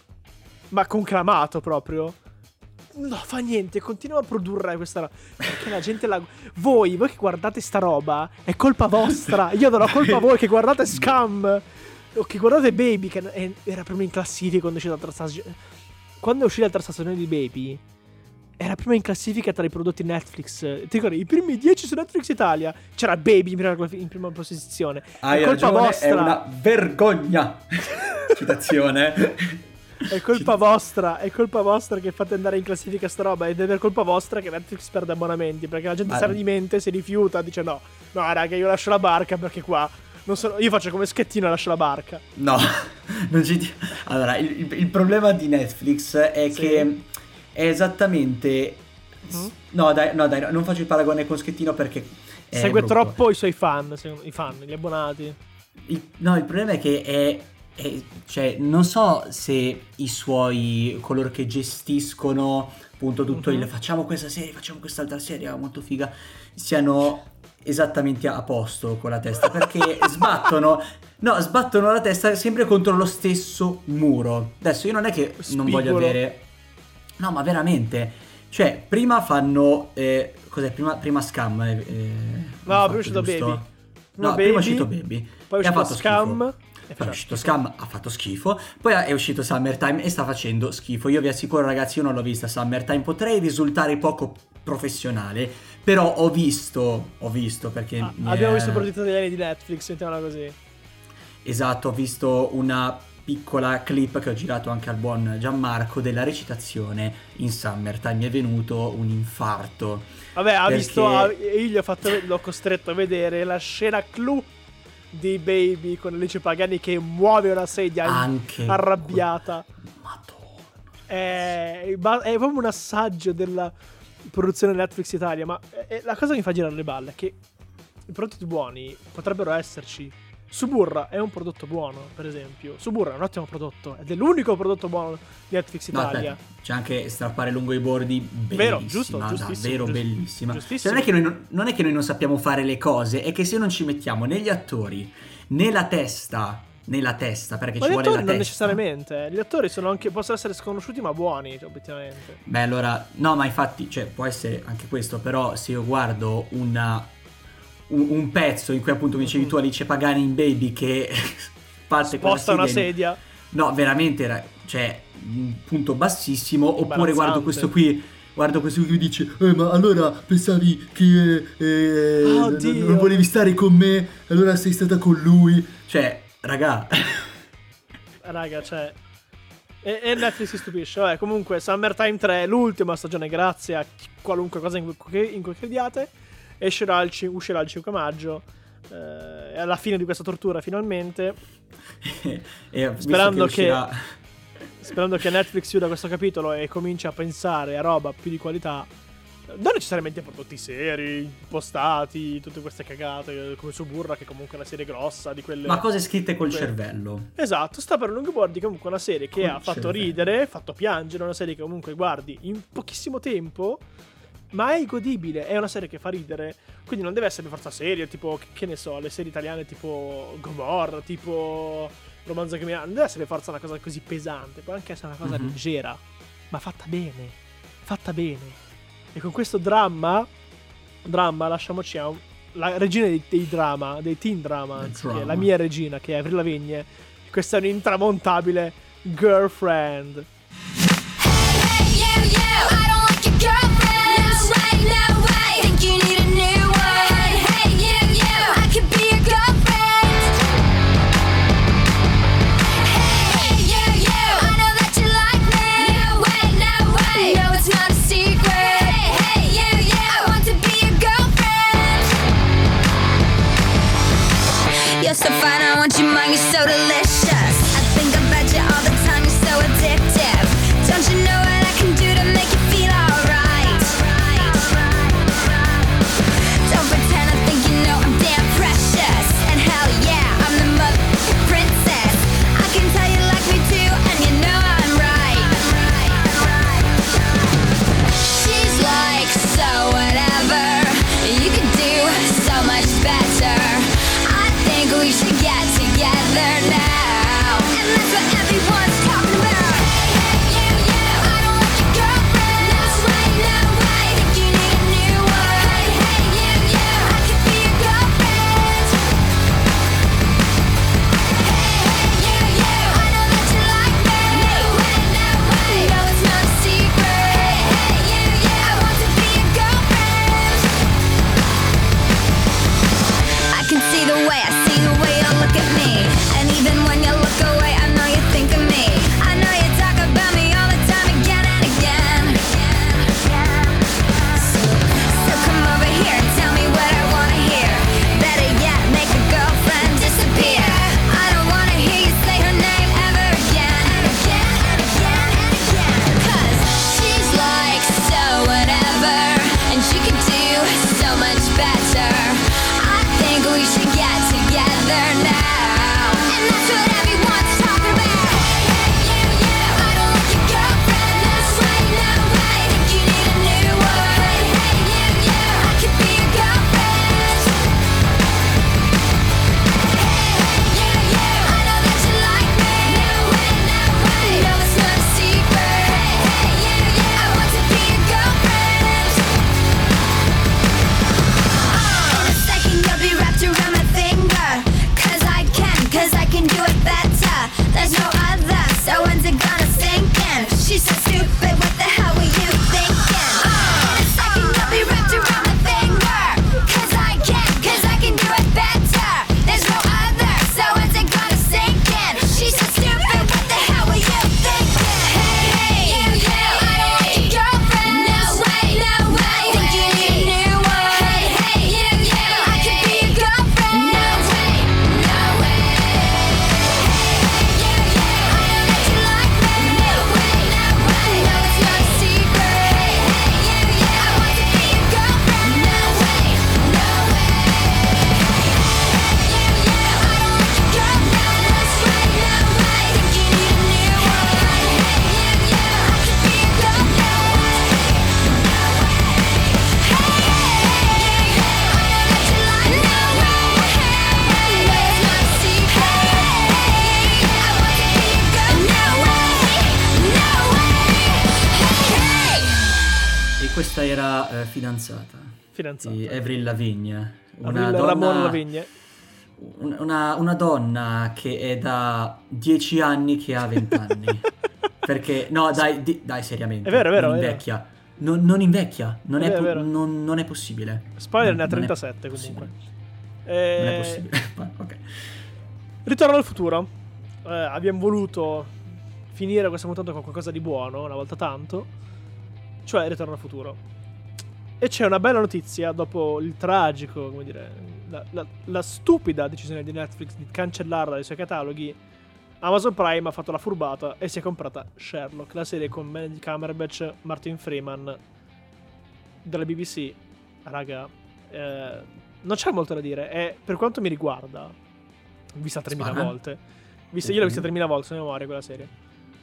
Ma conclamato proprio. No, fa niente, continua a produrre questa roba. Perché la gente la... Voi, voi che guardate sta roba, è colpa vostra. Io do la colpa a voi che guardate Scam. O che guardate Baby, che è- era prima in classifica quando è uscita la terza stagione. Quando è uscita la terza stagione di Baby, era prima in classifica tra i prodotti Netflix. Ti ricordi? I primi dieci su Netflix Italia. C'era Baby in prima, in prima posizione. Hai è colpa ragione, vostra. è una vergogna. Citazione. È colpa vostra, è colpa vostra che fate andare in classifica sta roba. Ed è per colpa vostra che Netflix perde abbonamenti. Perché la gente Ma- sa di mente, si rifiuta, dice no, no raga, io lascio la barca perché qua non sono... Io faccio come Schettino e lascio la barca. No, non ci... Allora, il, il- il problema di Netflix è Sì. che è esattamente... Mm? No, dai, no, dai, non faccio il paragone con Schettino perché... è Segue brutto. troppo i suoi fan, secondo- i fan, gli abbonati. Il- no, il problema è che è, è- cioè, non so se i suoi, coloro che gestiscono appunto tutto Mhm. il facciamo questa serie, facciamo quest'altra serie, molto figa, siano esattamente a posto con la testa, perché sbattono, no, sbattono la testa sempre contro lo stesso muro. Adesso io non è che non voglio Spigolo. avere... No, ma veramente, cioè, prima fanno... eh, cos'è? Prima, prima Scam. eh, eh, No, hanno prima è uscito fatto, giusto? Baby. No, Baby, prima è uscito Baby. Poi è e ha uscito fatto Scam. schifo. e Poi è faceva uscito schifo. Scam, ha fatto schifo. Poi è uscito Summertime e sta facendo schifo. Io vi assicuro, ragazzi, io non l'ho vista Summertime. Potrei risultare poco professionale, però ho visto, ho visto perché... Ah, mi abbiamo è- visto prodotti italiani di Netflix, mettiamola così. Esatto, ho visto una piccola clip che ho girato anche al buon Gianmarco della recitazione in Summertime. Mi è venuto un infarto. Vabbè, ha Perché- visto. ha- io gli ho fatto, l'ho costretto a vedere la scena clou di Baby con Alice Pagani che muove una sedia Anche arrabbiata. Madonna. È, ba- è proprio un assaggio della produzione Netflix Italia. Ma è- la cosa che mi fa girare le balle è che i prodotti buoni potrebbero esserci. Suburra è un prodotto buono, per esempio. Suburra è un ottimo prodotto ed è l'unico prodotto buono di Netflix No, Italia. aspetta, c'è anche strappare lungo i bordi, bellissima, Vero, giusto, giustissimo, davvero giust- bellissima. giustissimo. Cioè, non, è che noi non, non è che noi non sappiamo fare le cose, è che se non ci mettiamo negli attori, nella testa, nella testa, perché Ma ci gli vuole attori la non testa. necessariamente. eh. Gli attori sono anche, possono essere sconosciuti ma buoni, cioè, obiettivamente. Beh, allora, no, ma infatti, cioè, può essere anche questo, però se io guardo una un, un pezzo in cui appunto mi dicevi tu Alice Pagani in Baby che parte con la Sposta una sedia in- sedia. No, veramente era, cioè, un punto bassissimo. Oppure Imbarazzante. guardo questo qui, guardo questo qui che dice eh, ma allora pensavi che eh, Ah, non, oddio. non volevi stare con me, allora sei stata con lui. Cioè, raga, Raga, cioè. E, e Netflix si stupisce. Vabbè, comunque, Summertime tre, l'ultima stagione, grazie a chi- qualunque cosa in cui, in cui crediate. Escerà il, ci- uscirà il cinque maggio. Eh, alla fine di questa tortura, finalmente. e visto Sperando che- uscirà- Sperando che Netflix chiuda questo capitolo e cominci a pensare a roba più di qualità. Non necessariamente prodotti seri, impostati, tutte queste cagate come Suburra, che comunque è una serie grossa di quelle. ma cose scritte col que- cervello. Esatto, sta per Longboard, comunque una serie che Col ha fatto cervello. ridere, fatto piangere, una serie che comunque guardi in pochissimo tempo, ma è godibile, è una serie che fa ridere, quindi non deve essere per forza seria, tipo, che, che ne so, le serie italiane tipo Gomorra, tipo Romanzo che mi ha, non deve essere per forza una cosa così pesante, può anche essere una cosa Mhm. leggera, ma fatta bene, fatta bene. E con questo dramma, dramma, lasciamoci a un- la regina dei, dei drama, dei teen drama, Del anzi, che è drama. la mia regina, che è Avril Lavigne. Questa è un'intramontabile girlfriend. Hey, you, you, I don't like your girlfriend. No way, no way. Think you need a new one. Hey, you, you, I could be your girlfriend. Hey, you, you, I know that you like me. No way, no way. No, it's not a secret. Hey, you, you, I want to be your girlfriend. You're so fine, I want your mind, you're so delicious. I think about you all the time, you're so addictive. Don't you know what I can do to make you feel alright? She's so stupid, what the hell were you thinking? Uh, in a second you'll be wrapped around my finger. Cause I can, cause I can do it better. There's no other, so when's it gonna sink in? She's so stupid, what the hell were you thinking? Hey, hey, you, you, I don't want your girlfriend. No way, no way, think you need a new one. Hey, hey, you, you, I could be your girlfriend. No way, no way. Hey, hey, you, you, I know that you like me. No way, no way, no, it's not a secret. Hey, hey, you, you, I want to be your girlfriend. No way, no way. Hey, you, you, I don't want your girlfriend. This way, no way, think you need a new one. Hey, you, you, I could be your girlfriend. No way. Hey, hey, you, you, I know that you like me. No way, no, it's not a secret. Hey, you, I want to be your girlfriend. No way, no way. Hey, hey. E questa era eh, Fidanzata Fidanzata. di Avril Lavigne, una Avril Ramon donna, Lavigne. un- una, una donna che è da dieci anni che ha venti anni. Perché, no, dai, di- dai, seriamente. È vero, è vero, Non è vero. invecchia. Non, non invecchia. Non È è, vero, po- è vero. non- non è possibile. Spoiler ne ha Non è trentasette possibile. comunque. Non Eh, è possibile. Ma, ok. Ritorno al futuro. Eh, abbiamo voluto finire questa puntata con qualcosa di buono, una volta tanto. Cioè Ritorno al futuro. E c'è una bella notizia dopo il tragico, come dire, la, la- la stupida decisione di Netflix di cancellarla dai suoi cataloghi. Amazon Prime ha fatto la furbata e si è comprata Sherlock, la serie con Benedict Cumberbatch, Martin Freeman della B B C. Raga, eh, non c'è molto da dire. E per quanto mi riguarda, vista tremila Spara. volte, vista, io l'ho vista tremila volte, a memoria quella serie.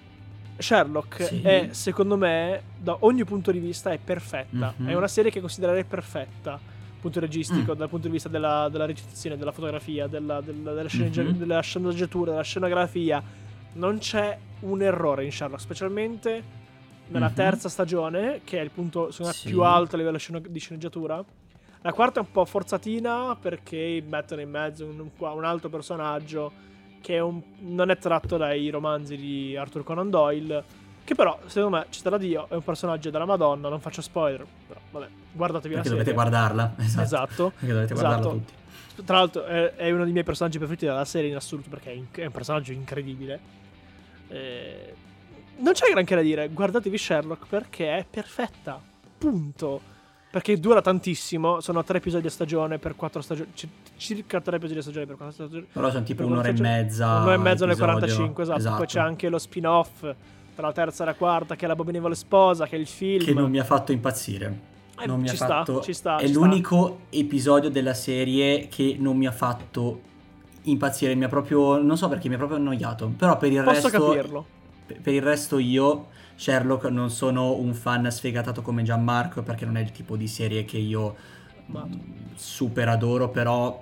Sherlock Sì. è, secondo me, da ogni punto di vista è perfetta. Mhm. È una serie che considererei perfetta dal punto registico, Mm. dal punto di vista della, della recitazione, della fotografia, della, della, della, sceneggia- Mhm. della sceneggiatura, della scenografia. Non c'è un errore in Sherlock, specialmente nella Mhm. terza stagione, che è il punto secondo me, Sì. più alto a livello sceno- di sceneggiatura. La quarta è un po' forzatina perché mettono in mezzo un, un altro personaggio che è un- non è tratto dai romanzi di Arthur Conan Doyle, che però secondo me, ci sta da Dio, è un personaggio della Madonna. Non faccio spoiler, però vabbè, guardatevi Perché la dovete serie. guardarla. Esatto. Esatto. Perché dovete Esatto. guardarla tutti. Tra l'altro è, è uno dei miei personaggi preferiti della serie in assoluto, perché è, in- è un personaggio incredibile. Eh, non c'è granché da dire, guardatevi Sherlock perché è perfetta, punto. Perché dura tantissimo, sono tre episodi a stagione per quattro stagioni, c- circa tre episodi a stagione per quattro stagioni. Però sono tipo Per un'ora e quattro stagioni. mezza. Un'ora e mezza nel episodio. quarantacinque, esatto. Esatto. Poi c'è anche lo spin-off tra la terza e la quarta, che è l'abominevole sposa, che è il film. Che non mi ha fatto impazzire. Eh, Non mi ci ha sta, fatto. ci sta, È ci l'unico episodio della serie che non mi ha fatto impazzire. Mi ha proprio. Non so perché mi ha proprio annoiato. Però per il Posso resto. capirlo. Per per il resto io. Sherlock non sono un fan sfegatato come Gianmarco, perché non è il tipo di serie che io Amato. mh, super adoro, però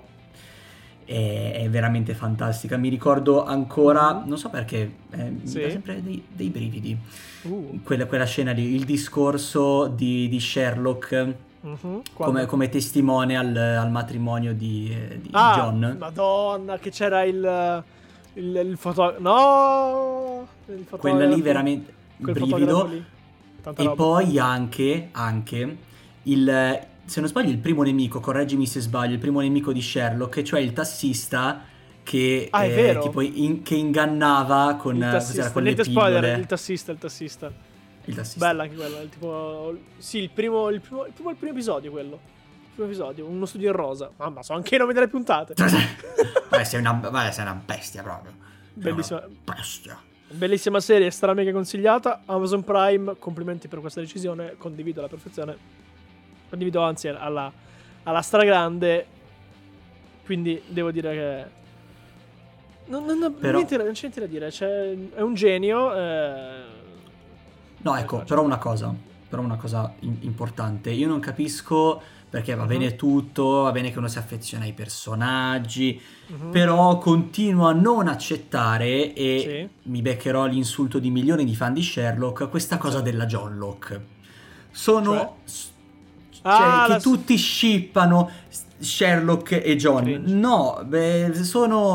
è, è veramente fantastica. Mi ricordo ancora, non so perché, eh, Sì. mi dà sempre dei, dei brividi. Uh, Quella, quella scena lì, il discorso di, di Sherlock mhm, come, quando- come testimone al, al matrimonio di, eh, di Ah, John. Madonna, che c'era il il, il foto no, il fotografo. Quella lì veramente Quel brivido. fotografo lì. Tanta E roba. poi anche, anche il, se non sbaglio, il primo nemico, correggimi se sbaglio, il primo nemico di Sherlock, cioè il tassista che, Ah, è eh, vero. tipo in- che ingannava con, il eh, tassista, cos'era, con le niente spoiler, pillole. il tassista, il tassista. Il tassista. Bella anche quella, il tipo sì, il primo il primo, il primo, il primo episodio quello. Il primo episodio, uno studio in rosa. Mamma, so anche i nomi delle puntate. Vabbè, sei una, vabbè, sei una bestia proprio. Sei Bellissima. una bestia. Bellissima serie, stra mega consigliata. Amazon Prime, complimenti per questa decisione, condivido alla perfezione. Condivido anzi alla, alla stragrande. Quindi devo dire che non, non, non, Però- niente, non c'è niente da dire. C'è, è un genio. Eh... No, ecco, però una cosa, però una cosa in- importante. Io non capisco perché va Mhm. bene tutto, va bene che uno si affeziona ai personaggi, Mhm. però continuo a non accettare, e Sì. mi beccherò l'insulto di milioni di fan di Sherlock, questa cosa della John Locke. Sono... Cioè? s- Cioè, Ah, che la- tutti shippano Sherlock e John. Cringe. No, beh, sono...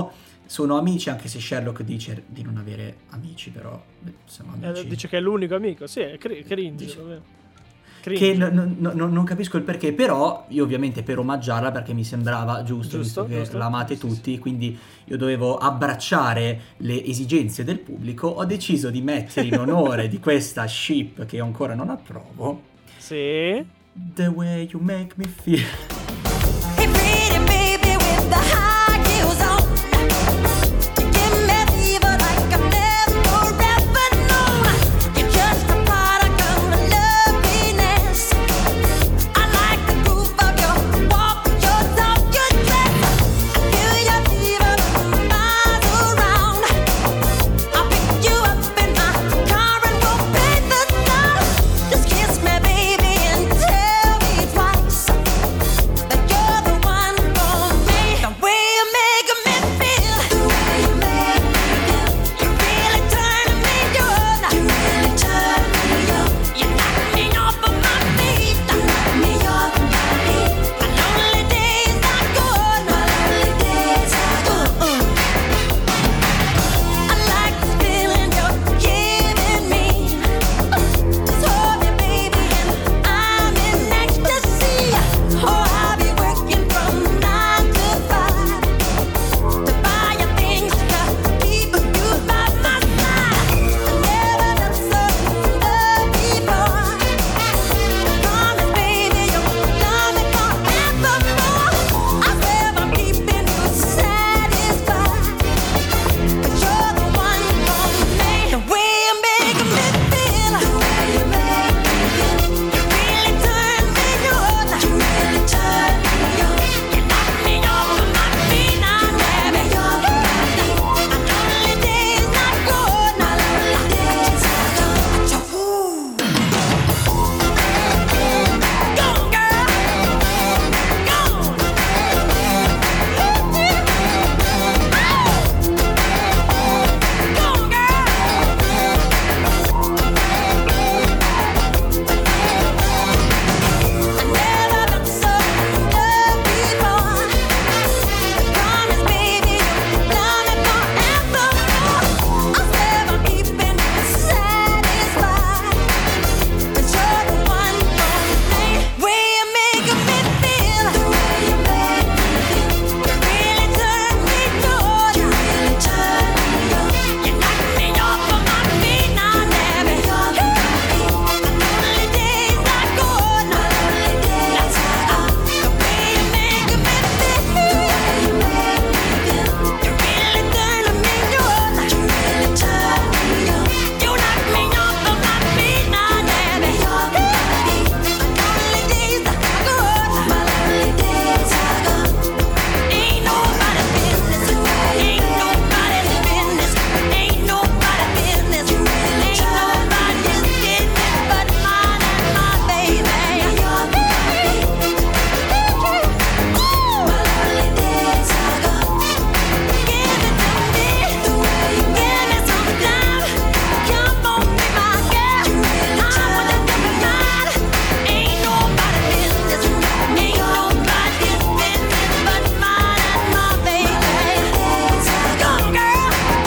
sono amici, anche se Sherlock dice di non avere amici, però sono amici. Eh, dice che è l'unico amico, sì, è cr- cringe. Dice... Cringe. Che n- n- n- non capisco il perché, però io ovviamente per omaggiarla, perché mi sembrava giusto, Giusto, visto che giusto, l'amate giusto, tutti, quindi io dovevo abbracciare le esigenze del pubblico, ho deciso di mettere in onore di questa ship che io ancora non approvo, sì, The Way You Make Me Feel. Hey pretty baby with the high heels on, you give me fever like I've never ever known. You're just a product of my loveliness. I like the groove of your walk, your talk, your dress. I feel your fever from miles around. I'll pick you up in my car and we'll paint the town. Just kiss me baby and tell me twice that you're the one for me. The way you make me feel, the way you make me feel, you really turn me on. You really turn me on. You knock me off of my feet. You knock me off of my feet. My lonely days are gone. My lonely days are gone. I like this feeling you're giving me. Just hold me, baby, and I'm in ecstasy. Oh, I'll be working from nine to five to buy you things to keep you by my side. I never done so good before. Promise, baby, you'll love me forevermore. I swear I'm keeping you satisfied, 'cause you're the one for me. The way you make me feel, the way you make me feel, you really turn me on. You really turn me on. You knock me off of my feet. Now let me off of my feet. My lonely days not gone. My lonely days are gone. Ooh. Go, girl. Go. Go, I never done so good before. Promise, baby, you'll love me forevermore. I swear I'm keeping you satisfied, 'cause you're the one for me. Way you make me feel, the way you make me feel, you really turn me on. You really turn me on. You knock me off of my feet. Now let me off of my feet. My lonely days are gone. My lonely days are gone. The way you make me feel, the way you make me feel, you really turn me on. You really turn me on. You knock me off of my feet. Now let me off of my feet. My lonely days are gone. My lonely days are gone. Ain't nobody's business. Ain't nobody's business. Ain't nobody's business. Ain't nobody's business but mine and my baby. My lonely days are gone. Give it to me the way you give me some time. Come on, be my girl. I wanna do it mine. Ain't nobody's business. Ain't nobody's business but mine and my baby. Go, girl.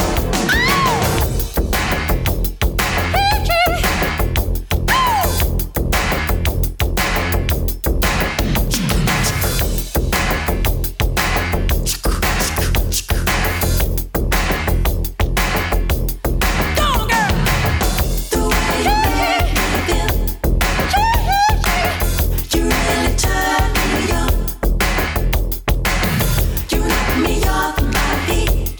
Go, girl. The way you make me feel, you really turn me on. You knock me off my feet.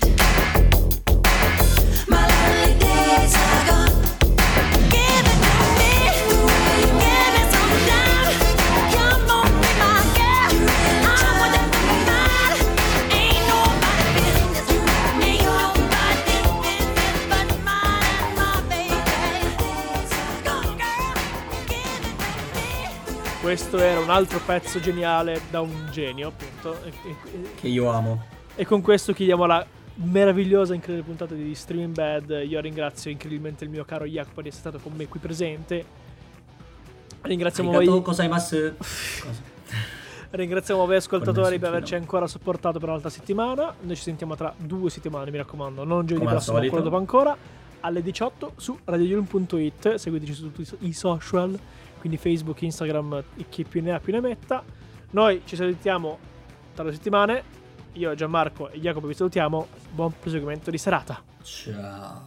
My lonely days are gone. Give it to me the way you give me some time. Come on, be my girl. I wanna do it mine. Ain't nobody's business. Ain't nobody's business but mine and my baby. Go, girl. Give it to me. questo era un altro pezzo geniale da un genio, appunto. E, e- Che io amo. e con questo chiudiamo la meravigliosa, incredibile puntata di Streaming Bad. Io ringrazio incredibilmente il mio caro Jacopo di essere stato con me qui presente. Ringraziamo Arigato voi. gozaimasu. Cosa? Ringraziamo voi ascoltatori per Connessione. averci ancora supportato per un'altra settimana. Noi ci sentiamo tra due settimane, mi raccomando, non giovedì Come al prossimo, quello solito. dopo ancora, alle diciotto su radio yulm punto it. Seguiteci su tutti i social, quindi Facebook, Instagram, e chi più ne ha più ne metta. Noi ci salutiamo tra due settimane. Io, Gianmarco e Jacopo vi salutiamo. Buon proseguimento di serata. Ciao.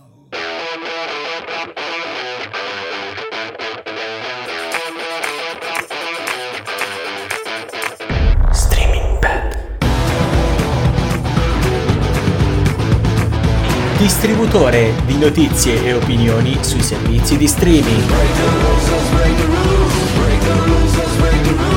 Distributore di notizie e opinioni sui servizi di streaming. Break the rules, let's break the rules, break the rules, let's break the rules.